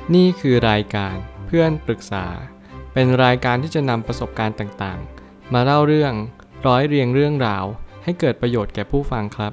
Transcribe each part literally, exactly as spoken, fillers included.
นี่คือรายการเพื่อนปรึกษาเป็นรายการที่จะนำประสบการณ์ต่างๆมาเล่าเรื่องร้อยเรียงเรื่องราวให้เกิดประโยชน์แก่ผู้ฟังครับ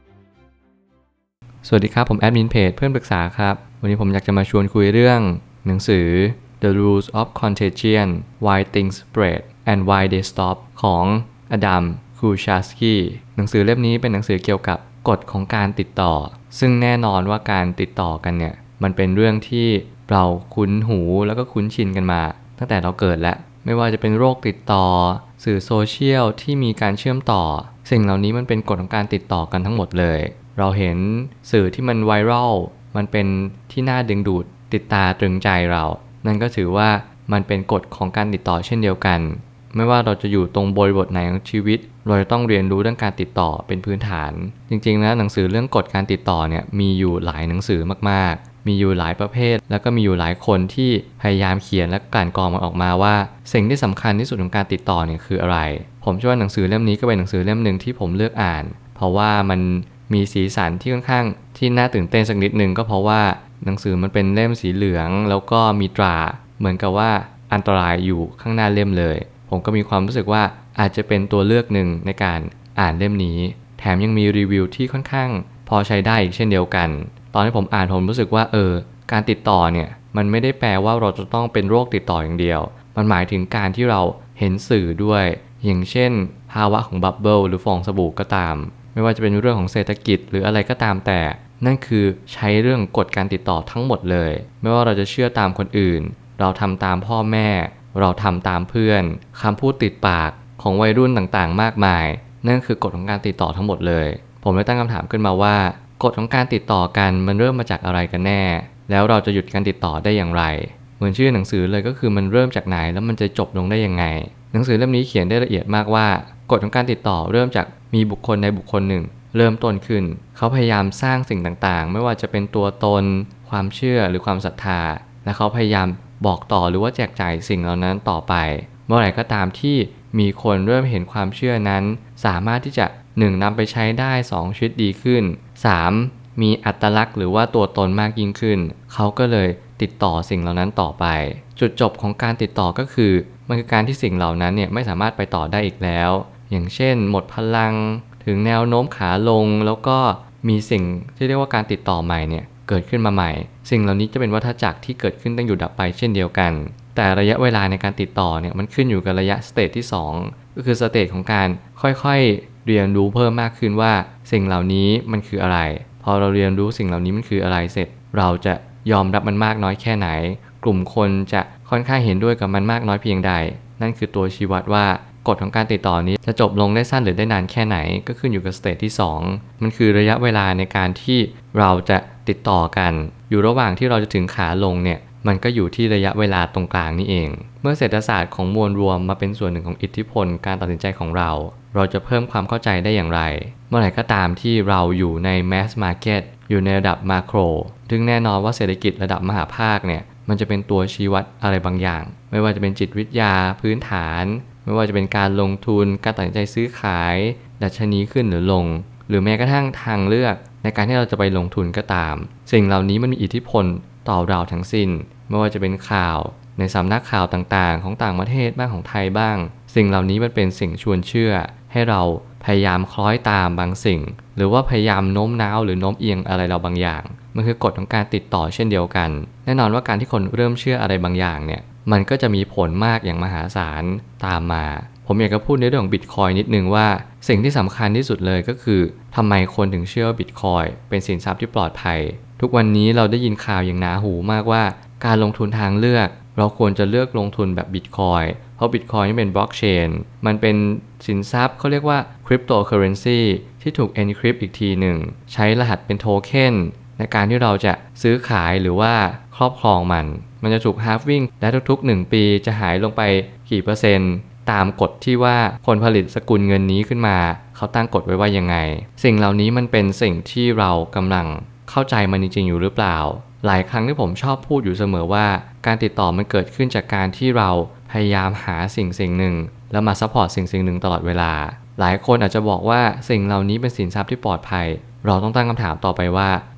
สวัสดีครับผมแอดมินเพจเพื่อนปรึกษาครับวันนี้ผมอยากจะมาชวนคุยเรื่องหนังสือ The Rules of Contagion Why Things Spread and Why They Stop ของอดัม คูชาสกี้หนังสือเล่มนี้เป็นหนังสือเกี่ยวกับกฎของการติดต่อซึ่งแน่นอนว่าการติดต่อกันเนี่ยมันเป็นเรื่องที่เราคุ้นหูแล้วก็คุ้นชินกันมาตั้งแต่เราเกิดแล้วไม่ว่าจะเป็นโรคติดต่อสื่อโซเชียลที่มีการเชื่อมต่อสิ่งเหล่านี้มันเป็นกฎของการติดต่อกันทั้งหมดเลยเราเห็นสื่อที่มันไวรัลมันเป็นที่น่าดึงดูดติดตาตรึงใจเรานั่นก็ถือว่ามันเป็นกฎของการติดต่อเช่นเดียวกันไม่ว่าเราจะอยู่ตรงบริบทไหนของชีวิตเราจะต้องเรียนรู้เรื่องการติดต่อเป็นพื้นฐานจริงๆแล้วหนังสือเรื่องกฎการติดต่อเนี่ยมีอยู่หลายหนังสือมากๆมีอยู่หลายประเภทแล้วก็มีอยู่หลายคนที่พยายามเขียนและกลั่นกรองมันออกมาว่าสิ่งที่สำคัญที่สุดของการติดต่อเนี่ยคืออะไรผมเชื่อว่าหนังสือเล่มนี้ก็เป็นหนังสือเล่มนึงที่ผมเลือกอ่านเพราะว่ามันมีสีสันที่ค่อนข้างที่น่าตื่นเต้นสักนิดนึงก็เพราะว่าหนังสือมันเป็นเล่มสีเหลืองแล้วก็มีตราเหมือนกับว่าอันตรายอยู่ข้างหน้าเล่มเลยผมก็มีความรู้สึกว่าอาจจะเป็นตัวเลือกหนึ่งในการอ่านเล่มนี้แถมยังมีรีวิวที่ค่อนข้างพอใช้ได้อีกเช่นเดียวกันตอนที่ผมอ่านผมรู้สึกว่าเออการติดต่อเนี่ยมันไม่ได้แปลว่าเราจะต้องเป็นโรคติดต่ออย่างเดียวมันหมายถึงการที่เราเห็นสื่อด้วยอย่างเช่นภาวะของบับเบิลหรือฟองสบู่ก็ตามไม่ว่าจะเป็นเรื่องของเศรษฐกิจหรืออะไรก็ตามแต่นั่นคือใช้เรื่องกฎการติดต่อทั้งหมดเลยไม่ว่าเราจะเชื่อตามคนอื่นเราทำตามพ่อแม่เราทำตามเพื่อนคำพูดติดปากของวัยรุ่นต่างๆมากมายนั่นคือกฎของการติดต่อทั้งหมดเลยผมเลยตั้งคำถามขึ้นมาว่ากฎของการติดต่อกันมันเริ่มมาจากอะไรกันแน่แล้วเราจะหยุดการติดต่อได้อย่างไรเหมือนชื่อหนังสือเลยก็คือมันเริ่มจากไหนแล้วมันจะจบลงได้ยังไงหนังสือเล่มนี้เขียนได้ละเอียดมากว่ากฎของการติดต่อเริ่มจากมีบุคคลในบุคคลหนึ่งเริ่มต้นขึ้นเขาพยายามสร้างสิ่งต่างๆไม่ว่าจะเป็นตัวตนความเชื่อหรือความศรัทธาและเขาพยายามบอกต่อหรือว่าแจกจ่ายสิ่งเหล่านั้นต่อไปเมื่อไหร่ก็ตามที่มีคนเริ่มเห็นความเชื่อนั้นสามารถที่จะหนึ่งนำไปใช้ได้สองชีวิตดีขึ้นสามมีอัตลักษณ์หรือว่าตัวตนมากยิ่งขึ้นเขาก็เลยติดต่อสิ่งเหล่านั้นต่อไปจุดจบของการติดต่อก็คือมันคือการที่สิ่งเหล่านั้นเนี่ยไม่สามารถไปต่อได้อีกแล้วอย่างเช่นหมดพลังถึงแนวโน้มขาลงแล้วก็มีสิ่งที่เรียกว่าการติดต่อใหม่เนี่ยเกิดขึ้นมาใหม่สิ่งเหล่านี้จะเป็นวัฏจักรที่เกิดขึ้นตั้งอยู่ดับไปเช่นเดียวกันแต่ระยะเวลาในการติดต่อเนี่ยมันขึ้นอยู่กับระยะสเตจที่สองก็คือสเตจของการค่อยๆเรียนรู้เพิ่มมากขึ้นว่าสิ่งเหล่านี้มันคืออะไรพอเราเรียนรู้สิ่งเหล่านี้มันคืออะไรเสร็จเราจะยอมรับมันมากน้อยแค่ไหนกลุ่มคนจะค่อนข้างเห็นด้วยกับมันมากน้อยเพียงใดนั่นคือตัวชี้วัดว่ากฎของการติดต่อนี้จะจบลงได้สั้นหรือได้นานแค่ไหนก็ขึ้นอยู่กับสเตจที่สองมันคือระยะเวลาในการที่เราจะติดต่อกันอยู่ระหว่างที่เราจะถึงขาลงเนี่ยมันก็อยู่ที่ระยะเวลาตรงกลางนี่เองเมื่อเศรษฐศาสตร์ของมวลรวมมาเป็นส่วนหนึ่งของอิทธิพลการตัดสินใจของเราเราจะเพิ่มความเข้าใจได้อย่างไรเมื่อไหร่ก็ตามที่เราอยู่ใน mass market อยู่ในระดับมาโครซึ่งแน่นอนว่าเศรษฐกิจระดับมหาภาคเนี่ยมันจะเป็นตัวชี้วัดอะไรบางอย่างไม่ว่าจะเป็นจิตวิทยาพื้นฐานไม่ว่าจะเป็นการลงทุนการตัดสินใจซื้อขายดัชนีขึ้นหรือลงหรือแม้กระทั่งทางเลือกในการที่เราจะไปลงทุนก็ตามสิ่งเหล่านี้มันมีอิทธิพลต่อเราทั้งสิ้นไม่ว่าจะเป็นข่าวในสำนักข่าวต่างๆของต่างประเทศบ้างของไทยบ้างสิ่งเหล่านี้มันเป็นสิ่งชวนเชื่อให้เราพยายามคล้อยตามบางสิ่งหรือว่าพยายามโน้มน้าวหรือโน้มเอียงอะไรเราบางอย่างมันคือกฎของการติดต่อเช่นเดียวกันแน่นอนว่าการที่คนเริ่มเชื่ออะไรบางอย่างเนี่ยมันก็จะมีผลมากอย่างมหาศาลตามมาผมอยากจะพูดในเรื่องของบิตคอยน์นิดนึงว่าสิ่งที่สำคัญที่สุดเลยก็คือทำไมคนถึงเชื่อว่าบิตคอยน์เป็นสินทรัพย์ที่ปลอดภัยทุกวันนี้เราได้ยินข่าวอย่างหนาหูมากว่าการลงทุนทางเลือกเราควรจะเลือกลงทุนแบบบิตคอยน์เพราะบิตคอยน์นี่เป็นบล็อกเชนมันเป็นสินทรัพย์เขาเรียกว่าคริปโตเคอเรนซีที่ถูก encrypt อีกทีหนึ่งใช้รหัสเป็นโทเค็นในการที่เราจะซื้อขายหรือว่าครอบครองมันมันจะถูก halving และทุกๆหนึ่งปีจะหายลงไปกี่เปอร์เซ็นต์ตามกฎที่ว่าคนผลิตสกุลเงินนี้ขึ้นมาเขาตั้งกฎไว้ว่ายังไงสิ่งเหล่านี้มันเป็นสิ่งที่เรากำลังเข้าใจมันจริงๆอยู่หรือเปล่าหลายครั้งที่ผมชอบพูดอยู่เสมอว่าการติดต่อมันเกิดขึ้นจากการที่เราพยายามหาสิ่งสิ่งหนึ่งแล้วมาซัพพอร์ตสิ่งสิ่งหนึ่งตลอดเวลาหลายคนอาจจะบอกว่าสิ่งเหล่านี้เป็นสินทรัพย์ที่ปลอดภัยเราต้องตั้งคำถามต่อไปว่า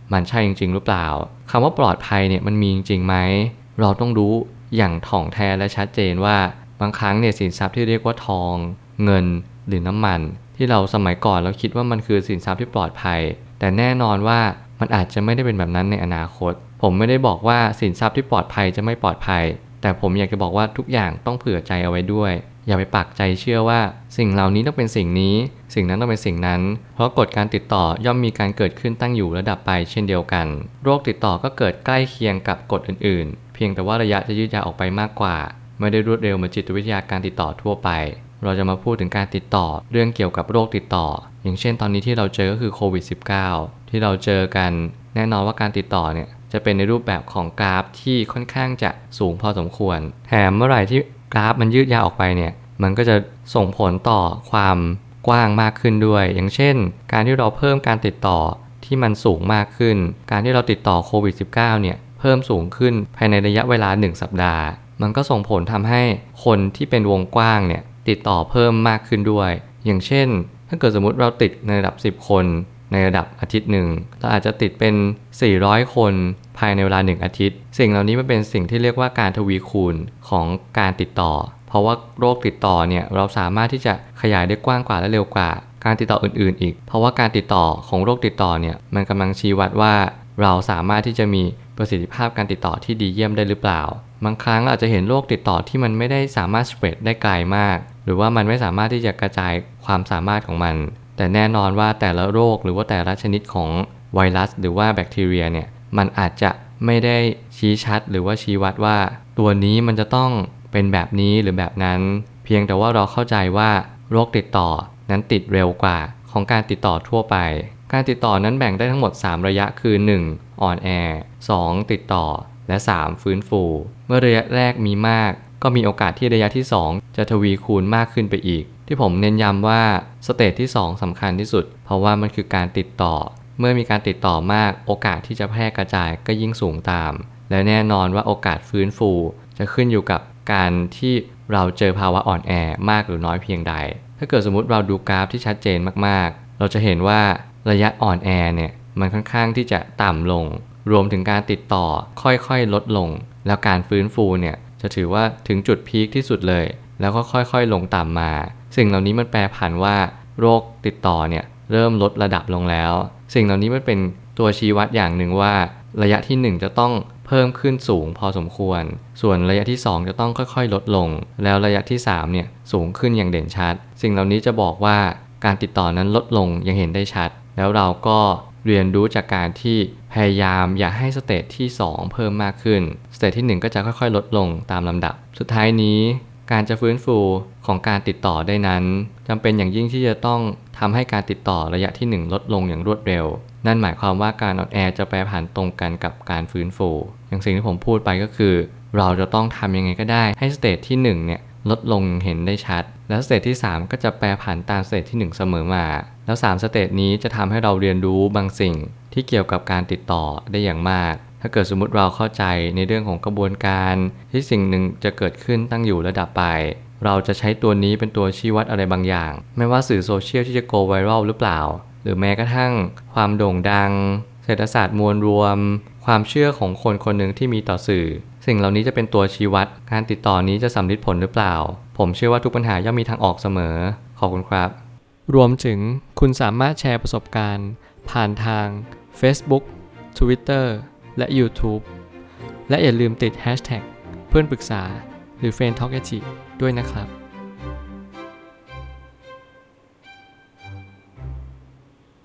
มันใช่จริงๆหรือเปล่าคำว่าปลอดภัยเนี่ยมันมีจริงๆไหมเราต้องรู้อย่างถ่องแท้และชัดเจนว่าบางครั้งเนี่ยสินทรัพย์ที่เรียกว่าทองเงินหรือน้ำมันที่เราสมัยก่อนเราคิดว่ามันคือสินทรัพย์ที่ปลอดภัยแต่แน่นอนว่ามันอาจจะไม่ได้เป็นแบบนั้นในอนาคตผมไม่ได้บอกว่าสินทรัพย์ที่ปลอดภัยจะไม่ปลอดภัยแต่ผมอยากจะบอกว่าทุกอย่างต้องเผื่อใจเอาไว้ด้วยอย่าไปปักใจเชื่อว่าสิ่งเหล่านี้ต้องเป็นสิ่งนี้สิ่งนั้นต้องเป็นสิ่งนั้นเพราะกฎการติดต่อย่อมมีการเกิดขึ้นตั้งอยู่และดับไปเช่นเดียวกันโรคติดต่อก็เกิดใกล้เคียงกับกฎอื่นๆเพียงแต่ว่าระยะจะยืดยาวออกไปมากกว่าไม่ได้รวดเร็วเหมือนจิตวิทยาการติดต่อทั่วไปเราจะมาพูดถึงการติดต่อเรื่องเกี่ยวกับโรคติดต่ออย่างเช่นตอนนี้ที่เราเจอก็คือโควิด สิบเก้า ที่เราเจอกันแน่นอนว่าการติดต่อเนี่ยจะเป็นในรูปแบบของกราฟที่ค่อนข้างจะสูงพอสมควรแถมเมื่อไหร่ที่กราฟมันยืดยาวออกไปเนี่ยมันก็จะส่งผลต่อความกว้างมากขึ้นด้วยอย่างเช่นการที่เราเพิ่มการติดต่อที่มันสูงมากขึ้นการที่เราติดต่อโควิด สิบเก้า เนี่ยเพิ่มสูงขึ้นภายในระยะเวลาหนึ่งสัปดาห์มันก็ส่งผลทำให้คนที่เป็นวงกว้างเนี่ยติดต่อเพิ่มมากขึ้นด้วยอย่างเช่นถ้าเกิดสมมุติเราติดในระดับสิบคนในระดับอาทิตย์หนึ่งเราอาจจะติดเป็นสี่ร้อยคนภายในเวลาหนึ่งอาทิตย์สิ่งเหล่านี้มันเป็นสิ่งที่เรียกว่าการทวีคูณของการติดต่อเพราะว่าโรคติดต่อเนี่ยเราสามารถที่จะขยายได้กว้างกว่าและเร็วกว่าการติดต่ออื่นๆอีกเพราะว่าการติดต่อของโรคติดต่อเนี่ยมันกำลังชี้วัดว่าเราสามารถที่จะมีประสิทธิภาพการติดต่อที่ดีเยี่ยมได้หรือเปล่าบางครั้งเราอาจจะเห็นโรคติดต่อที่มันไม่ได้สามารถสเปรดได้ไกลมากหรือว่ามันไม่สามารถที่จะกระจายความสามารถของมันแต่แน่นอนว่าแต่ละโรคหรือว่าแต่ละชนิดของไวรัสหรือว่าแบคทีเรียเนี่ยมันอาจจะไม่ได้ชี้ชัดหรือว่าชี้วัดว่าตัวนี้มันจะต้องเป็นแบบนี้หรือแบบนั้นเพียงแต่ว่าเราเข้าใจว่าโรคติดต่อนั้นติดเร็วกว่าของการติดต่อทั่วไปการติดต่อนั้นแบ่งได้ทั้งหมดสามระยะคือหนึ่งอ่อนแอสองติดต่อและสามฟื้นฟูเมื่อระยะแรกมีมากก็มีโอกาสที่ระยะที่สองจะทวีคูณมากขึ้นไปอีกที่ผมเน้นย้ำว่าสเตจที่สองสำคัญที่สุดเพราะว่ามันคือการติดต่อเมื่อมีการติดต่อมากโอกาสที่จะแพร่กระจายก็ยิ่งสูงตามและแน่นอนว่าโอกาสฟื้นฟูจะขึ้นอยู่กับการที่เราเจอภาวะอ่อนแอมากหรือน้อยเพียงใดถ้าเกิดสมมุติเราดูกราฟที่ชัดเจนมากๆเราจะเห็นว่าระยะอ่อนแอเนี่ยมันค่อนข้างที่จะต่ำลงรวมถึงการติดต่อค่อยๆลดลงแล้วการฟื้นฟูเนี่ยจะถือว่าถึงจุดพีคที่สุดเลยแล้วก็ค่อยๆลงต่ำมาสิ่งเหล่านี้มันแปลผันว่าโรคติดต่อเนี่ยเริ่มลดระดับลงแล้วสิ่งเหล่านี้มันเป็นตัวชี้วัดอย่างหนึ่งว่าระยะที่หนึ่งจะต้องเพิ่มขึ้นสูงพอสมควรส่วนระยะที่สองจะต้องค่อยๆลดลงแล้วระยะที่สามเนี่ยสูงขึ้นอย่างเด่นชัดสิ่งเหล่านี้จะบอกว่าการติดต่อนั้นลดลงอย่างเห็นได้ชัดแล้วเราก็เรียนรู้จากการที่พยายามอย่าให้สเตจที่สองเพิ่มมากขึ้นสเตจที่หนึ่งก็จะค่อยๆลดลงตามลำดับสุดท้ายนี้การจะฟื้นฟูของการติดต่อได้นั้นจำเป็นอย่างยิ่งที่จะต้องทำให้การติดต่อระยะที่หนึ่งลดลงอย่างรวดเร็วนั่นหมายความว่าการอ่อนแอจะแปรผันตรงกันกับการฟื้นฟูอย่างสิ่งที่ผมพูดไปก็คือเราจะต้องทำยังไงก็ได้ให้สเตจที่หนึ่งเนี่ยลดลงเห็นได้ชัดแล้วสเตจที่สามก็จะแปรผันตามสเตจที่หนึ่งเสมอมาแล้วสามสเตจนี้จะทำให้เราเรียนรู้บางสิ่งที่เกี่ยวกับการติดต่อได้อย่างมากถ้าเกิดสมมุติเราเข้าใจในเรื่องของกระบวนการที่สิ่งหนึ่งจะเกิดขึ้นตั้งอยู่และดับไปเราจะใช้ตัวนี้เป็นตัวชี้วัดอะไรบางอย่างไม่ว่าสื่อโซเชียลที่จะโกไวรัลหรือเปล่าหรือแม้กระทั่งความโด่งดังเศรษฐศาสตร์มวลรวมความเชื่อของคนคนหนึ่งที่มีต่อสื่อสิ่งเหล่านี้จะเป็นตัวชี้วัดการติดต่อนี้จะสำลิดผลหรือเปล่าผมเชื่อว่าทุกปัญหาย่อมมีทางออกเสมอขอบคุณครับรวมถึงคุณสามารถแชร์ประสบการณ์ผ่านทาง Facebook Twitter และ YouTube และอย่าลืมติด แฮชแท็ก เพื่อนปรึกษาหรือ เฟรนด์ ทอล์ก แอท จี ด้วยนะครับ